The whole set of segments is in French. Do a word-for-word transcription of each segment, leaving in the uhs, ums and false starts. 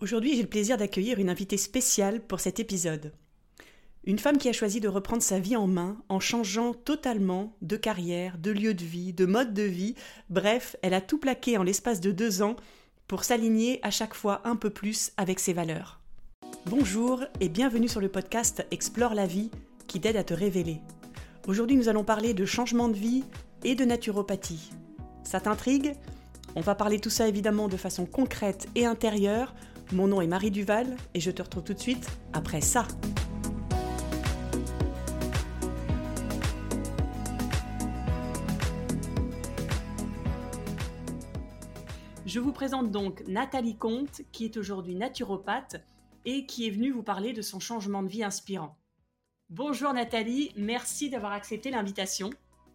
Aujourd'hui, j'ai le plaisir d'accueillir une invitée spéciale pour cet épisode. Une femme qui a choisi de reprendre sa vie en main en changeant totalement de carrière, de lieu de vie, de mode de vie. Bref, elle a tout plaqué en l'espace de deux ans pour s'aligner à chaque fois un peu plus avec ses valeurs. Bonjour et bienvenue sur le podcast Explore la vie qui t'aide à te révéler. Aujourd'hui, nous allons parler de changement de vie et de naturopathie. Ça t'intrigue ? On va parler tout ça évidemment de façon concrète et intérieure. Mon nom est Marie Duval et je te retrouve tout de suite après ça. Je vous présente donc Nathalie Comte, qui est aujourd'hui naturopathe et qui est venue vous parler de son changement de vie inspirant. Bonjour Nathalie, merci d'avoir accepté l'invitation.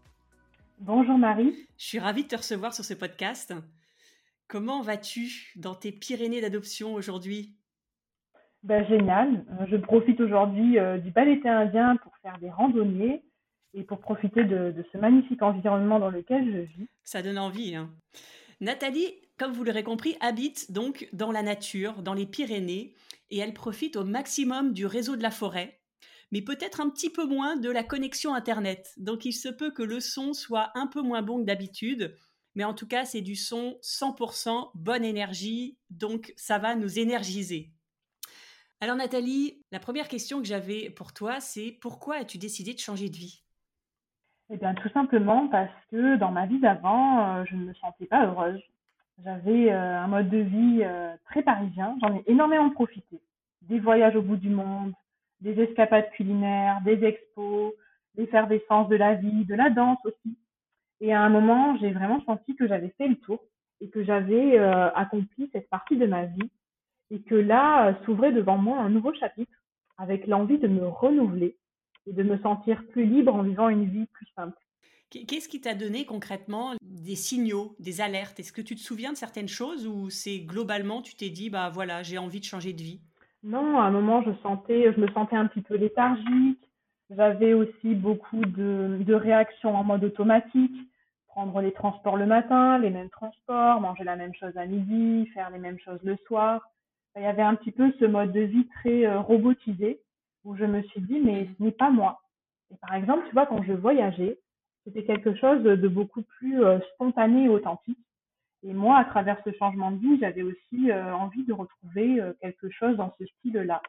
Bonjour Marie. Je suis ravie de te recevoir sur ce podcast. Comment vas-tu dans tes Pyrénées d'adoption aujourd'hui ? Ben, génial. Euh, Je profite aujourd'hui euh, du bel été indien pour faire des randonnées et pour profiter de, de ce magnifique environnement dans lequel je vis. Ça donne envie, hein. Nathalie, comme vous l'aurez compris, habite donc dans la nature, dans les Pyrénées, et elle profite au maximum du réseau de la forêt, mais peut-être un petit peu moins de la connexion Internet. Donc il se peut que le son soit un peu moins bon que d'habitude, mais en tout cas c'est du son cent pour cent bonne énergie, donc ça va nous énergiser. Alors Nathalie, la première question que j'avais pour toi, c'est pourquoi as-tu décidé de changer de vie ? Eh bien, tout simplement parce que dans ma vie d'avant, euh, je ne me sentais pas heureuse. J'avais euh, un mode de vie euh, très parisien. J'en ai énormément profité. Des voyages au bout du monde, des escapades culinaires, des expos, l'effervescence de la vie, de la danse aussi. Et à un moment, j'ai vraiment senti que j'avais fait le tour et que j'avais euh, accompli cette partie de ma vie et que là euh, s'ouvrait devant moi un nouveau chapitre avec l'envie de me renouveler et de me sentir plus libre en vivant une vie plus simple. Qu'est-ce qui t'a donné concrètement des signaux, des alertes ? Est-ce que tu te souviens de certaines choses ou c'est globalement tu t'es dit bah voilà, j'ai envie de changer de vie ? Non, à un moment, je sentais, je me sentais un petit peu léthargique. J'avais aussi beaucoup de, de réactions en mode automatique. Prendre les transports le matin, les mêmes transports, manger la même chose à midi, faire les mêmes choses le soir. Il y avait un petit peu ce mode de vie très euh, robotisé où je me suis dit, mais Mhm. ce n'est pas moi. Et par exemple, tu vois, quand je voyageais, c'était quelque chose de beaucoup plus euh, spontané et authentique. Et moi, à travers ce changement de vie, j'avais aussi euh, envie de retrouver euh, quelque chose dans ce style-là.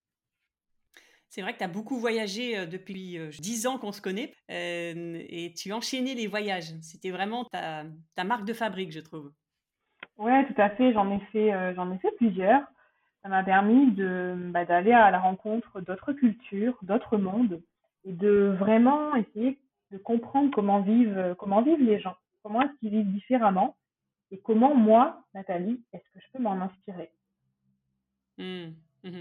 C'est vrai que tu as beaucoup voyagé euh, depuis euh, dix ans qu'on se connaît euh, et tu enchaînais les voyages. C'était vraiment ta, ta marque de fabrique, je trouve. Ouais, tout à fait. J'en ai fait, euh, j'en ai fait plusieurs. Ça m'a permis de, bah, d'aller à la rencontre d'autres cultures, d'autres mondes, et de vraiment essayer de comprendre comment vivent, comment vivent les gens, comment est-ce qu'ils vivent différemment, et comment moi, Nathalie, est-ce que je peux m'en inspirer. Mhm. Mhm.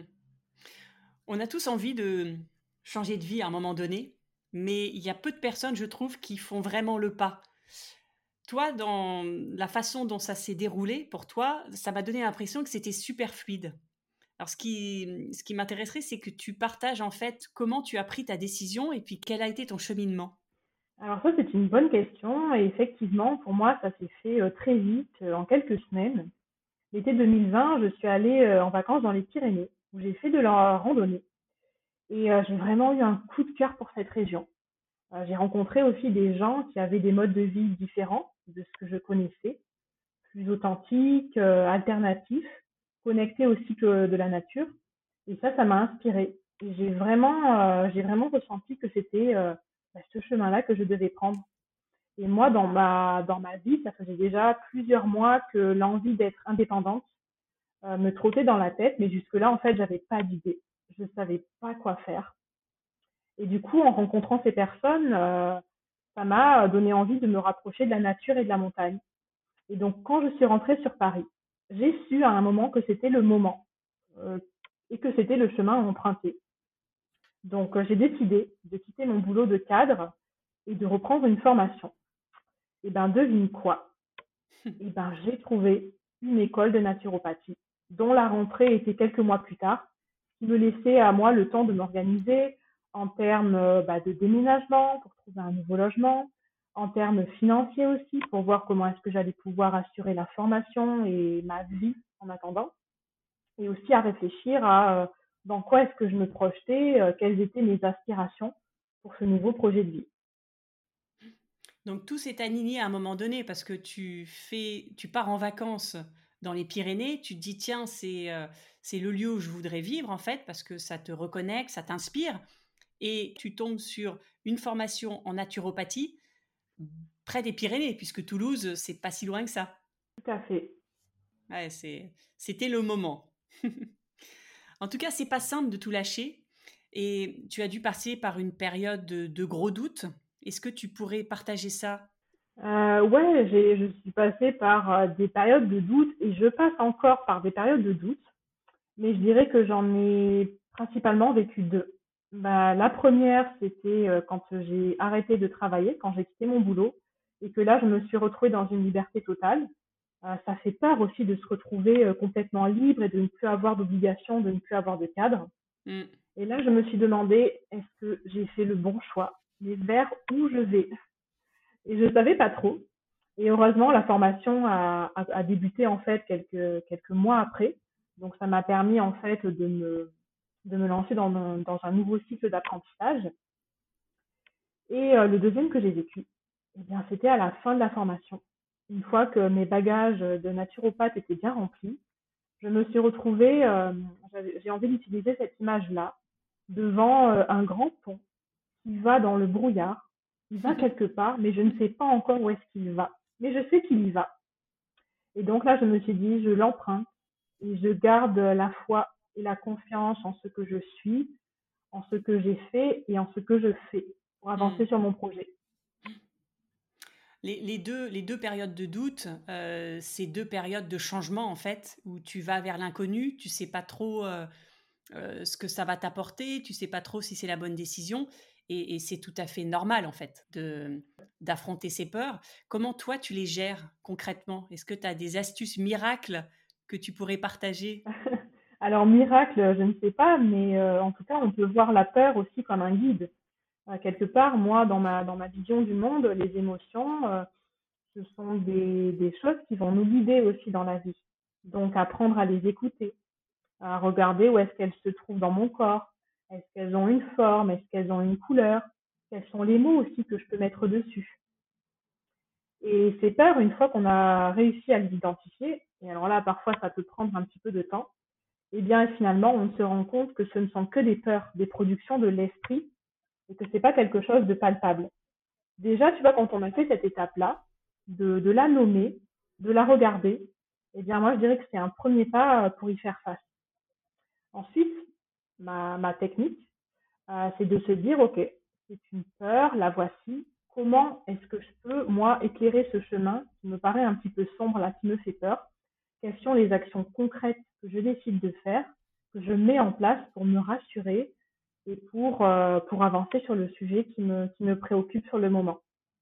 On a tous envie de changer de vie à un moment donné, mais il y a peu de personnes, je trouve, qui font vraiment le pas. Toi, dans la façon dont ça s'est déroulé pour toi, ça m'a donné l'impression que c'était super fluide. Alors, ce qui, ce qui m'intéresserait, c'est que tu partages en fait comment tu as pris ta décision et puis quel a été ton cheminement. Alors ça, c'est une bonne question, et effectivement, pour moi, ça s'est fait euh, très vite, euh, en quelques semaines. L'été deux mille vingt, je suis allée euh, en vacances dans les Pyrénées, où j'ai fait de la randonnée. Et euh, j'ai vraiment eu un coup de cœur pour cette région. Euh, j'ai rencontré aussi des gens qui avaient des modes de vie différents de ce que je connaissais, plus authentiques, euh, alternatifs, connectés au cycle de la nature. Et ça, ça m'a inspirée. Et j'ai vraiment, euh, j'ai vraiment ressenti que c'était euh, bah, ce chemin-là que je devais prendre. Et moi, dans ma, dans ma vie, ça faisait déjà plusieurs mois que l'envie d'être indépendante euh, me trottait dans la tête, mais jusque-là, en fait, j'avais pas d'idée. Je ne savais pas quoi faire. Et du coup, en rencontrant ces personnes, euh, ça m'a donné envie de me rapprocher de la nature et de la montagne. Et donc, quand je suis rentrée sur Paris, j'ai su à un moment que c'était le moment euh, et que c'était le chemin à emprunter. Donc, euh, j'ai décidé de quitter mon boulot de cadre et de reprendre une formation. Et ben, devine quoi? Et ben, j'ai trouvé une école de naturopathie dont la rentrée était quelques mois plus tard, qui me laissait à moi le temps de m'organiser en termes euh, bah, de déménagement pour trouver un nouveau logement, en termes financiers aussi pour voir comment est-ce que j'allais pouvoir assurer la formation et ma vie en attendant. et aussi à réfléchir à euh, dans quoi est-ce que je me projetais, euh, quelles étaient mes aspirations pour ce nouveau projet de vie. Donc tout s'est aligné à un moment donné parce que tu fais, tu pars en vacances dans les Pyrénées, tu te dis tiens c'est euh, c'est le lieu où je voudrais vivre en fait parce que ça te reconnecte, ça t'inspire et tu tombes sur une formation en naturopathie près des Pyrénées puisque Toulouse c'est pas si loin que ça. Tout à fait. Ouais, c'est c'était le moment. En tout cas c'est pas simple de tout lâcher et tu as dû passer par une période de, de gros doutes. Est-ce que tu pourrais partager ça? Euh, ouais, j'ai, je suis passée par euh, des périodes de doute et je passe encore par des périodes de doute, mais je dirais que j'en ai principalement vécu deux. Bah, la première, c'était euh, quand j'ai arrêté de travailler, quand j'ai quitté mon boulot et que là, je me suis retrouvée dans une liberté totale. Euh, ça fait peur aussi de se retrouver euh, complètement libre et de ne plus avoir d'obligation, de ne plus avoir de cadre. Hmm. Et là, je me suis demandé, est-ce que j'ai fait le bon choix, mais vers où je vais? Et je ne savais pas trop. Et heureusement, la formation a, a, a débuté en fait quelques, quelques mois après. Donc, ça m'a permis en fait de me, de me lancer dans, un- dans un nouveau cycle d'apprentissage. Et euh, le deuxième que j'ai vécu, eh bien, c'était à la fin de la formation. Une fois que mes bagages de naturopathe étaient bien remplis, je me suis retrouvée, euh, j'avais- j'ai envie d'utiliser cette image-là, devant euh, un grand pont qui va dans le brouillard. Il va quelque part, mais je ne sais pas encore où est-ce qu'il va. Mais je sais qu'il y va. Et donc là, je me suis dit, je l'emprunte et je garde la foi et la confiance en ce que je suis, en ce que j'ai fait et en ce que je fais pour avancer Hmm. sur mon projet. Les, les deux, les deux périodes de doute, euh, c'est deux périodes de changement en fait, où tu vas vers l'inconnu, tu sais pas trop euh, euh, ce que ça va t'apporter, tu sais pas trop si c'est la bonne décision, et, et c'est tout à fait normal en fait de d'affronter ces peurs. Comment toi tu les gères concrètement? Est-ce que tu as des astuces miracles que tu pourrais partager? Alors, miracle, je ne sais pas, mais euh, en tout cas, on peut voir la peur aussi comme un guide. Euh, quelque part, moi, dans ma, dans ma vision du monde, les émotions, euh, ce sont des, des choses qui vont nous guider aussi dans la vie. Donc, apprendre à les écouter, à regarder où est-ce qu'elles se trouvent dans mon corps. Est-ce qu'elles ont une forme? Est-ce qu'elles ont une couleur? Quels sont les mots aussi que je peux mettre dessus? Et ces peurs, une fois qu'on a réussi à les identifier, et alors là, parfois, ça peut prendre un petit peu de temps, eh bien, finalement, on se rend compte que ce ne sont que des peurs, des productions de l'esprit, et que c'est pas quelque chose de palpable. Déjà, tu vois, quand on a fait cette étape-là, de, de la nommer, de la regarder, eh bien, moi, je dirais que c'est un premier pas pour y faire face. Ensuite, ma, ma technique, euh, c'est de se dire, OK, c'est une peur, la voici. Comment est-ce que je peux, moi, éclairer ce chemin qui me paraît un petit peu sombre, là, qui me fait peur? Quelles sont les actions concrètes que je décide de faire, que je mets en place pour me rassurer et pour, euh, pour avancer sur le sujet qui me, qui me préoccupe sur le moment?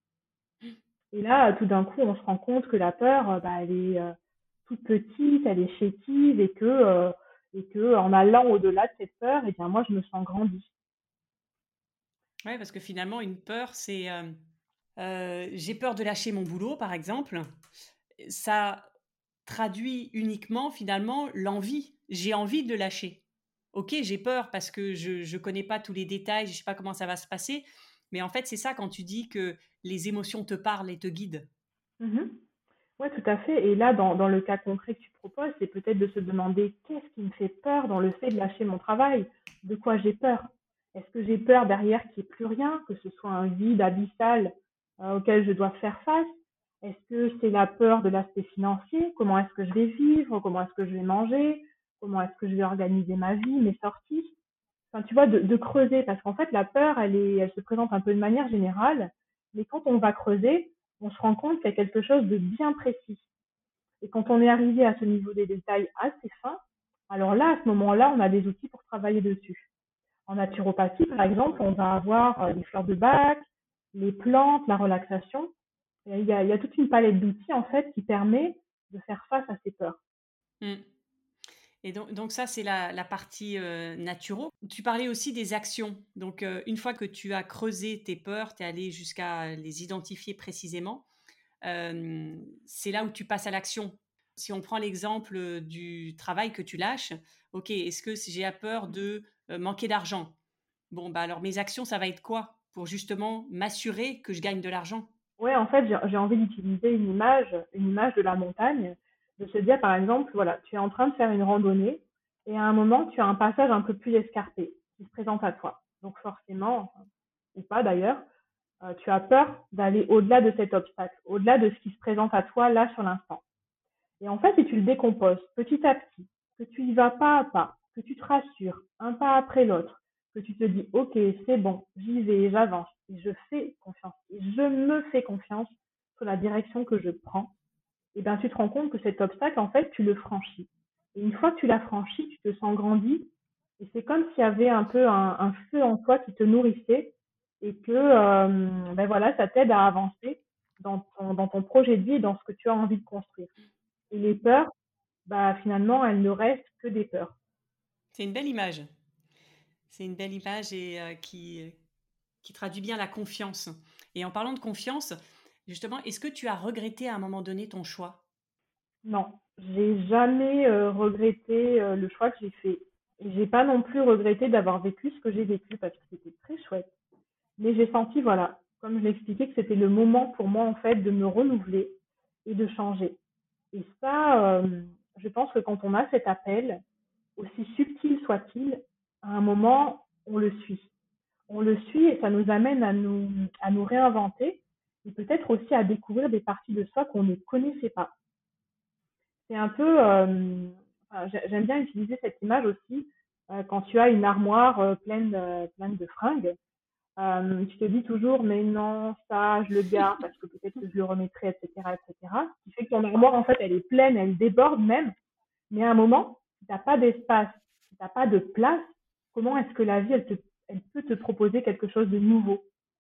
Et là, tout d'un coup, on se rend compte que la peur, euh, bah, elle est euh, toute petite, elle est chétive et que, euh, et que en allant au-delà de cette peur, eh bien, moi, je me sens grandie. Ouais, parce que finalement, une peur, c'est euh, euh, j'ai peur de lâcher mon boulot, par exemple. Ça traduit uniquement finalement l'envie. J'ai envie de le lâcher. Ok, j'ai peur parce que je ne connais pas tous les détails, je ne sais pas comment ça va se passer. Mais en fait, c'est ça quand tu dis que les émotions te parlent et te guident. Mhm. Ouais, tout à fait. Et là, dans, dans le cas concret que tu proposes, c'est peut-être de se demander qu'est-ce qui me fait peur dans le fait de lâcher mon travail? De quoi j'ai peur? Est-ce que j'ai peur derrière qu'il n'y ait plus rien, que ce soit un vide abyssal euh, auquel je dois faire face? Est-ce que c'est la peur de l'aspect financier? Comment est-ce que je vais vivre? Comment est-ce que je vais manger? Comment est-ce que je vais organiser ma vie, mes sorties? Enfin, tu vois, de, de creuser, parce qu'en fait, la peur, elle est, elle se présente un peu de manière générale, mais quand on va creuser, on se rend compte qu'il y a quelque chose de bien précis. Et quand on est arrivé à ce niveau des détails assez fins, alors là, à ce moment-là, on a des outils pour travailler dessus. En naturopathie, par exemple, on va avoir euh, les fleurs de bac, les plantes, la relaxation. Et il y a, il y a toute une palette d'outils, en fait, qui permet de faire face à ces peurs. Mm. Et donc, donc ça, c'est la, la partie euh, naturo. Tu parlais aussi des actions. Donc, euh, une fois que tu as creusé tes peurs, tu es allé jusqu'à les identifier précisément, euh, c'est là où tu passes à l'action. Si on prend l'exemple euh, du travail que tu lâches, ok, est-ce que si j'ai peur de euh, manquer d'argent? Bon, bah alors mes actions, ça va être quoi pour justement m'assurer que je gagne de l'argent? Ouais, en fait, j'ai j'ai envie d'utiliser une image, une image de la montagne, de se dire, par exemple, voilà, tu es en train de faire une randonnée et à un moment, tu as un passage un peu plus escarpé qui se présente à toi. Donc forcément, ou pas d'ailleurs, euh, tu as peur d'aller au-delà de cet obstacle, au-delà de ce qui se présente à toi là sur l'instant. Et en fait, si tu le décomposes petit à petit, que tu y vas pas à pas, que tu te rassures un pas après l'autre, que tu te dis, OK, c'est bon, j'y vais, j'avance, et je fais confiance, et je me fais confiance sur la direction que je prends, et bien tu te rends compte que cet obstacle, en fait, tu le franchis. Et une fois que tu l'as franchi, tu te sens grandi, et c'est comme s'il y avait un peu un, un feu en toi qui te nourrissait, et que euh, ben voilà, ça t'aide à avancer dans ton, dans ton projet de vie et dans ce que tu as envie de construire. Et les peurs, bah, finalement, elles ne restent que des peurs. C'est une belle image. C'est une belle image et euh, qui, qui traduit bien la confiance. Et en parlant de confiance, justement, est-ce que tu as regretté à un moment donné ton choix? Non, j'ai jamais euh, regretté euh, le choix que j'ai fait. Et j'ai pas non plus regretté d'avoir vécu ce que j'ai vécu parce que c'était très chouette. Mais j'ai senti, voilà, comme je l'expliquais, que c'était le moment pour moi, en fait, de me renouveler et de changer. Et ça, euh, je pense que quand on a cet appel, aussi subtil soit-il, à un moment, on le suit. On le suit et ça nous amène à nous, à nous réinventer et peut-être aussi à découvrir des parties de soi qu'on ne connaissait pas. C'est un peu, euh, enfin, j'aime bien utiliser cette image aussi euh, quand tu as une armoire euh, pleine, de, pleine de fringues. Euh, tu te dis toujours, mais non, ça, je le garde parce que peut-être que je le remettrai, et cetera, et cetera. Ce qui fait que ton armoire, en fait, elle est pleine, elle déborde même. Mais à un moment, si tu n'as pas d'espace, si tu n'as pas de place, comment est-ce que la vie, elle, te, elle peut te proposer quelque chose de nouveau?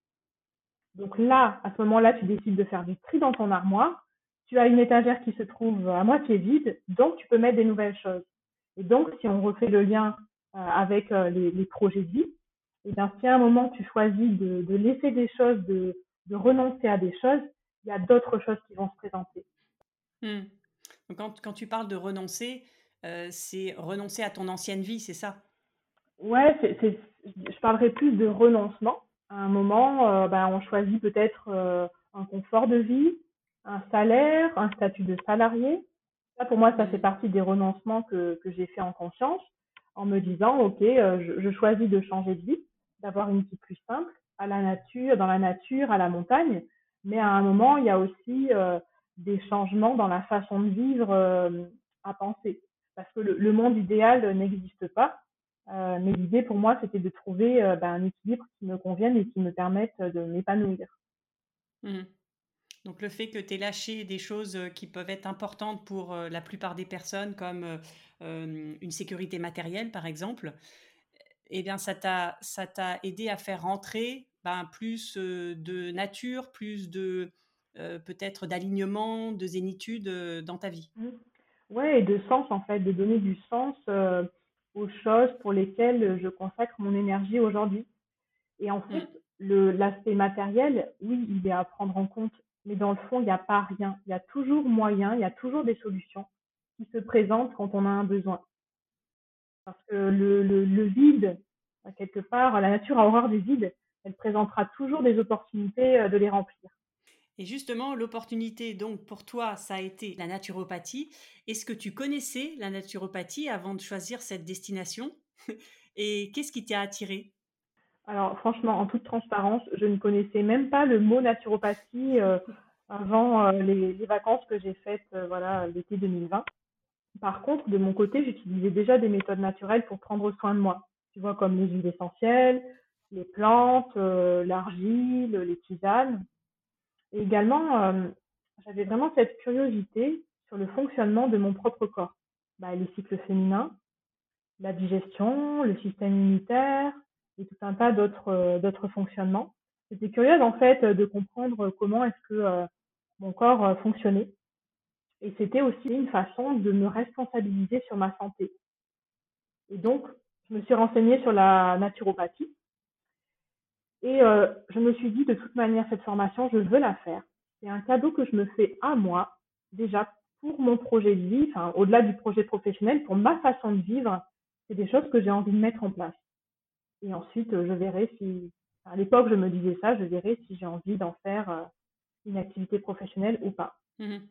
Donc là, à ce moment-là, tu décides de faire du tri dans ton armoire. Tu as une étagère qui se trouve à moitié vide, donc tu peux mettre des nouvelles choses. Et donc, si on refait le lien euh, avec euh, les, les projets de vie, et bien, si à un moment tu choisis de, de laisser des choses, de, de renoncer à des choses, il y a d'autres choses qui vont se présenter. Hmm. Donc quand, quand tu parles de renoncer, euh, c'est renoncer à ton ancienne vie, c'est ça? Ouais, c'est, c'est, je parlerai plus de renoncement. À un moment, euh, ben, on choisit peut-être euh, un confort de vie, un salaire, un statut de salarié. Ça, pour moi, ça fait Hmm. partie des renoncements que, que j'ai fait en conscience, en me disant, OK, euh, je, je choisis de changer de vie, d'avoir une vie plus simple, à la nature, dans la nature, à la montagne. Mais à un moment, il y a aussi euh, des changements dans la façon de vivre euh, à penser. Parce que le, le monde idéal n'existe pas. Euh, mais l'idée pour moi, c'était de trouver euh, ben, un équilibre qui me convienne et qui me permette de m'épanouir. Hmm. Donc le fait que tu aies lâché des choses euh, qui peuvent être importantes pour euh, la plupart des personnes, comme euh, euh, une sécurité matérielle, par exemple, eh bien, ça t'a, ça t'a aidé à faire rentrer ben, plus euh, de nature, plus de euh, peut-être d'alignement, de zénitude euh, dans ta vie. Mm. Ouais, et de sens en fait, de donner du sens euh, aux choses pour lesquelles je consacre mon énergie aujourd'hui. Et en Mm. fait, le, l'aspect matériel, oui, il est à prendre en compte, mais dans le fond, il n'y a pas rien. Il y a toujours moyen, il y a toujours des solutions qui se présentent quand on a un besoin. Parce que le, le, le vide, quelque part, la nature a horreur des vides, elle présentera toujours des opportunités euh, de les remplir. Et justement, l'opportunité, donc pour toi, ça a été la naturopathie. Est-ce que tu connaissais la naturopathie avant de choisir cette destination? Et qu'est-ce qui t'a attiré? Alors franchement, en toute transparence, je ne connaissais même pas le mot naturopathie euh, avant euh, les, les vacances que j'ai faites euh, voilà, l'été deux mille vingt. Par contre, de mon côté, j'utilisais déjà des méthodes naturelles pour prendre soin de moi. Tu vois, comme les huiles essentielles, les plantes, euh, l'argile, les tisanes. Et également, euh, j'avais vraiment cette curiosité sur le fonctionnement de mon propre corps. Bah, les cycles féminins, la digestion, le système immunitaire et tout un tas d'autres euh, d'autres fonctionnements. J'étais curieuse en fait de comprendre comment est-ce que euh, mon corps euh, fonctionnait et c'était aussi une façon de me responsabiliser sur ma santé. Et donc, je me suis renseignée sur la naturopathie et euh, je me suis dit de toute manière cette formation, je veux la faire. C'est un cadeau que je me fais à moi déjà pour mon projet de vie, enfin, au-delà du projet professionnel, pour ma façon de vivre, c'est des choses que j'ai envie de mettre en place. Et ensuite, euh, je verrai si, à l'époque, je me disais ça, je verrai si j'ai envie d'en faire euh, une activité professionnelle ou pas. Mhm.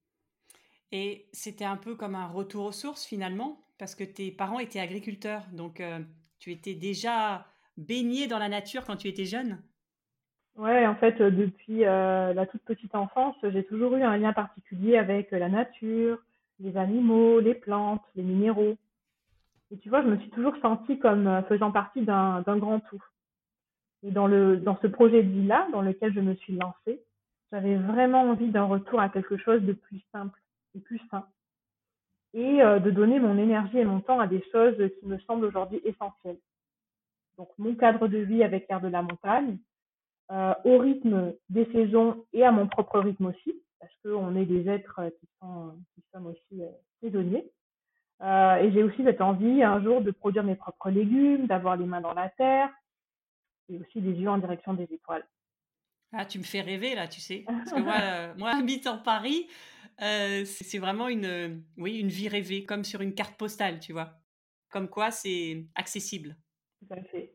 Et c'était un peu comme un retour aux sources finalement, parce que tes parents étaient agriculteurs, donc euh, tu étais déjà baigné dans la nature quand tu étais jeune. Ouais, en fait, euh, depuis euh, la toute petite enfance, j'ai toujours eu un lien particulier avec euh, la nature, les animaux, les plantes, les minéraux. Et tu vois, je me suis toujours sentie comme euh, faisant partie d'un d'un grand tout. Et dans le dans ce projet de vie-là, dans lequel je me suis lancée, j'avais vraiment envie d'un retour à quelque chose de plus simple et plus sain. Et euh, de donner mon énergie et mon temps à des choses qui me semblent aujourd'hui essentielles. Donc mon cadre de vie avec l'air de la montagne, euh, au rythme des saisons et à mon propre rythme aussi, parce qu'on est des êtres euh, qui sont, qui sommes aussi euh, saisonniers. Euh, et j'ai aussi cette envie un jour de produire mes propres légumes, d'avoir les mains dans la terre et aussi des yeux en direction des étoiles. Ah, tu me fais rêver là, tu sais, parce que moi, euh, moi, habitant Paris, euh, c'est c'est vraiment une, euh, oui, une vie rêvée, comme sur une carte postale, tu vois. Comme quoi, c'est accessible. Tout à fait.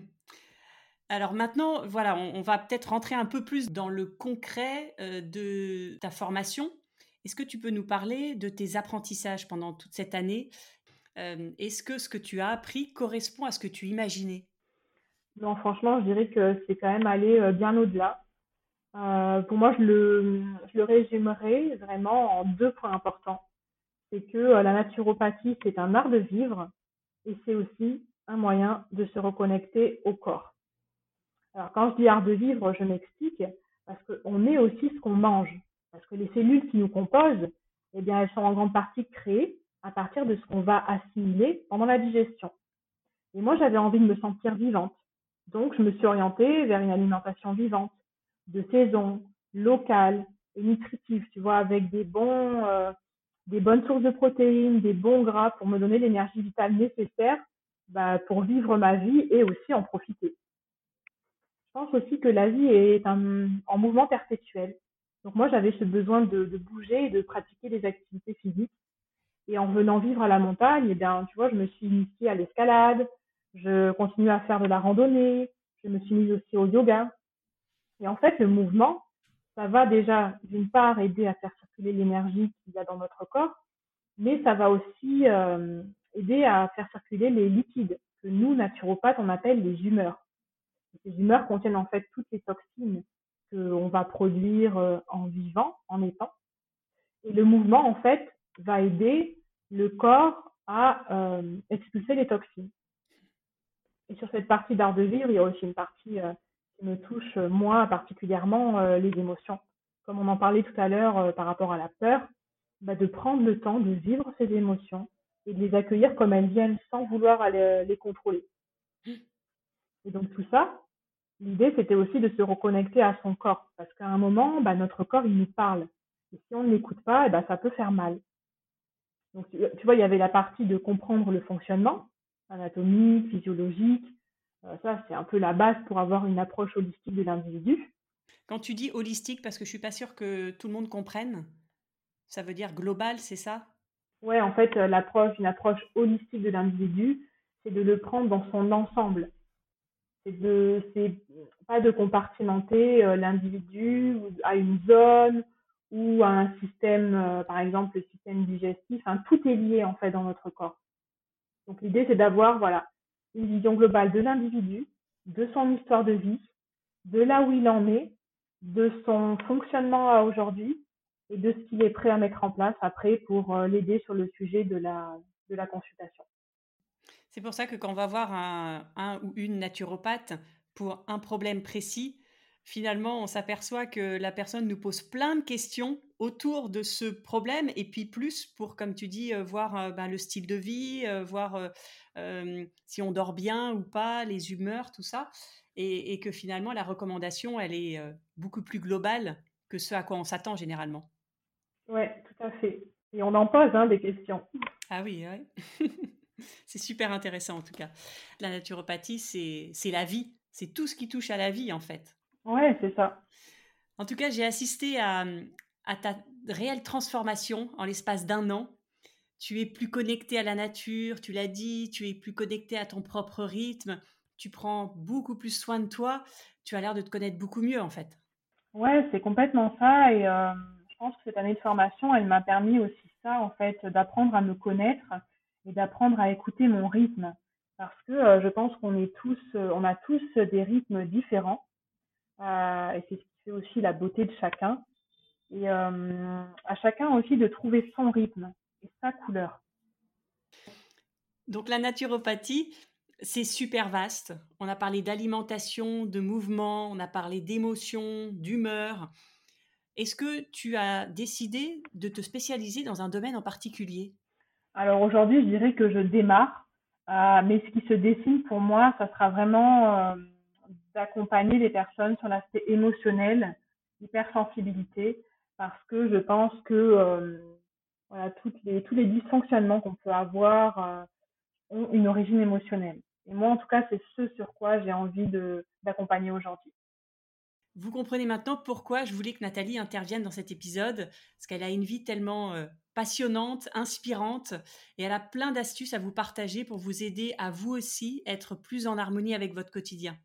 Alors maintenant, voilà, on, on va peut-être rentrer un peu plus dans le concret euh, de ta formation. Est-ce que tu peux nous parler de tes apprentissages pendant toute cette année? Euh, est-ce que ce que tu as appris correspond à ce que tu imaginais? Non, franchement, je dirais que c'est quand même aller euh, bien au-delà. Euh, pour moi, je le, je le résumerai vraiment en deux points importants. C'est que euh, la naturopathie, c'est un art de vivre et c'est aussi un moyen de se reconnecter au corps. Alors, quand je dis art de vivre, je m'explique, parce qu'on est aussi ce qu'on mange. Parce que les cellules qui nous composent, eh bien, elles sont en grande partie créées à partir de ce qu'on va assimiler pendant la digestion. Et moi, j'avais envie de me sentir vivante. Donc, je me suis orientée vers une alimentation vivante, de saison, locale et nutritive, tu vois, avec des bons, euh, des bonnes sources de protéines, des bons gras pour me donner l'énergie vitale nécessaire bah, pour vivre ma vie et aussi en profiter. Je pense aussi que la vie est un, en mouvement perpétuel. Donc moi, j'avais ce besoin de, de bouger et de pratiquer des activités physiques. Et en venant vivre à la montagne, eh bien, tu vois, je me suis initiée à l'escalade, je continue à faire de la randonnée, je me suis mise aussi au yoga. Et en fait, le mouvement, ça va déjà, d'une part, aider à faire circuler l'énergie qu'il y a dans notre corps, mais ça va aussi euh, aider à faire circuler les liquides que nous, naturopathes, on appelle les humeurs. Ces humeurs contiennent en fait toutes les toxines qu'on va produire euh, en vivant, en étant. Et le mouvement, en fait, va aider le corps à euh, expulser les toxines. Et sur cette partie d'art de vivre, il y a aussi une partie euh, qui me touche, euh, moi particulièrement, euh, les émotions. Comme on en parlait tout à l'heure euh, par rapport à la peur, bah, de prendre le temps de vivre ces émotions et de les accueillir comme elles viennent sans vouloir les, les contrôler. Et donc tout ça, l'idée, c'était aussi de se reconnecter à son corps. Parce qu'à un moment, bah, notre corps, il nous parle. Et si on ne l'écoute pas, eh ben, ça peut faire mal. Donc, tu tu vois, il y avait la partie de comprendre le fonctionnement anatomique, physiologique. Euh, ça, c'est un peu la base pour avoir une approche holistique de l'individu. Quand tu dis holistique, parce que je suis pas sûre que tout le monde comprenne, ça veut dire global, c'est ça? Ouais, en fait, euh, l'approche, une approche holistique de l'individu, c'est de le prendre dans son ensemble. C'est de, c'est pas de compartimenter euh, l'individu ou à une zone ou à un système, euh, par exemple le système digestif. Enfin, tout est lié en fait dans notre corps. Donc l'idée c'est d'avoir voilà une vision globale de l'individu, de son histoire de vie, de là où il en est, de son fonctionnement à aujourd'hui et de ce qu'il est prêt à mettre en place après pour euh, l'aider sur le sujet de la de la consultation. C'est pour ça que quand on va voir un, un ou une naturopathe pour un problème précis, finalement, on s'aperçoit que la personne nous pose plein de questions autour de ce problème et puis plus pour, comme tu dis, euh, voir euh, ben, le style de vie, euh, voir euh, euh, si on dort bien ou pas, les humeurs, tout ça. Et, et que finalement, la recommandation, elle est euh, beaucoup plus globale que ce à quoi on s'attend généralement. Ouais, tout à fait. Et on en pose hein, des questions. Ah oui, ouais. C'est super intéressant en tout cas. La naturopathie, c'est c'est la vie. C'est tout ce qui touche à la vie en fait. Ouais, c'est ça. En tout cas, j'ai assisté à, à ta réelle transformation en l'espace d'un an. Tu es plus connecté à la nature, tu l'as dit, tu es plus connecté à ton propre rythme, tu prends beaucoup plus soin de toi, tu as l'air de te connaître beaucoup mieux en fait. Ouais, c'est complètement ça. Et euh, je pense que cette année de formation, elle m'a permis aussi ça, en fait, d'apprendre à me connaître et d'apprendre à écouter mon rythme. Parce que euh, je pense qu'on est tous, euh, on a tous des rythmes différents. Euh, et c'est ce qui fait aussi la beauté de chacun. Et euh, à chacun aussi de trouver son rythme et sa couleur. Donc la naturopathie, c'est super vaste. On a parlé d'alimentation, de mouvement, on a parlé d'émotion, d'humeur. Est-ce que tu as décidé de te spécialiser dans un domaine en particulier? Alors aujourd'hui, je dirais que je démarre, euh, mais ce qui se dessine pour moi, ça sera vraiment euh, d'accompagner les personnes sur l'aspect émotionnel, hypersensibilité, parce que je pense que euh, voilà, toutes les, tous les dysfonctionnements qu'on peut avoir euh, ont une origine émotionnelle. Et moi, en tout cas, c'est ce sur quoi j'ai envie de d'accompagner aujourd'hui. Vous comprenez maintenant pourquoi je voulais que Nathalie intervienne dans cet épisode, parce qu'elle a une vie tellement euh, passionnante, inspirante, et elle a plein d'astuces à vous partager pour vous aider à vous aussi être plus en harmonie avec votre quotidien.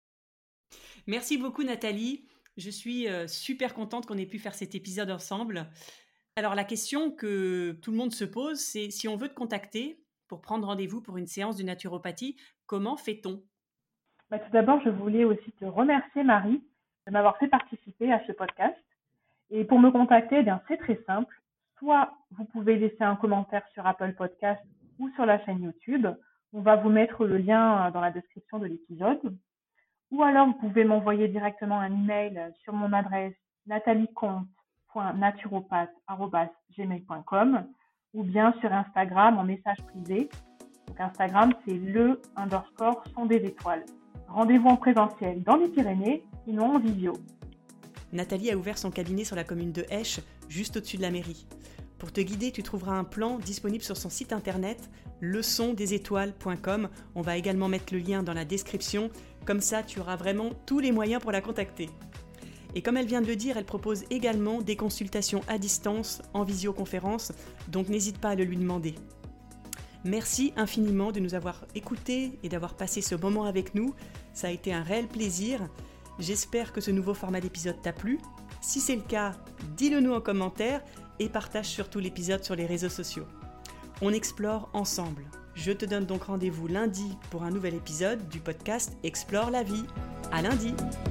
Merci beaucoup Nathalie, je suis euh, super contente qu'on ait pu faire cet épisode ensemble. Alors la question que tout le monde se pose, c'est si on veut te contacter pour prendre rendez-vous pour une séance de naturopathie, comment fait-on? Bah, tout d'abord, je voulais aussi te remercier, Marie, de m'avoir fait participer à ce podcast. Et pour me contacter, eh bien, c'est très simple. Soit vous pouvez laisser un commentaire sur Apple Podcast ou sur la chaîne YouTube. On va vous mettre le lien dans la description de l'épisode. Ou alors, vous pouvez m'envoyer directement un email sur mon adresse nathalie-comte point naturopathe arobase gmail point com ou bien sur Instagram en message privé. Donc Instagram, c'est le underscore son des étoiles. Rendez-vous en présentiel dans les Pyrénées, sinon en visio. Nathalie a ouvert son cabinet sur la commune de Esch, juste au-dessus de la mairie. Pour te guider, tu trouveras un plan disponible sur son site internet le son des étoiles point com. On va également mettre le lien dans la description, comme ça tu auras vraiment tous les moyens pour la contacter. Et comme elle vient de le dire, elle propose également des consultations à distance, en visioconférence, donc n'hésite pas à le lui demander. Merci infiniment de nous avoir écoutés et d'avoir passé ce moment avec nous. Ça a été un réel plaisir. J'espère que ce nouveau format d'épisode t'a plu. Si c'est le cas, dis-le nous en commentaire et partage surtout l'épisode sur les réseaux sociaux. On explore ensemble. Je te donne donc rendez-vous lundi pour un nouvel épisode du podcast Explore la vie. À lundi!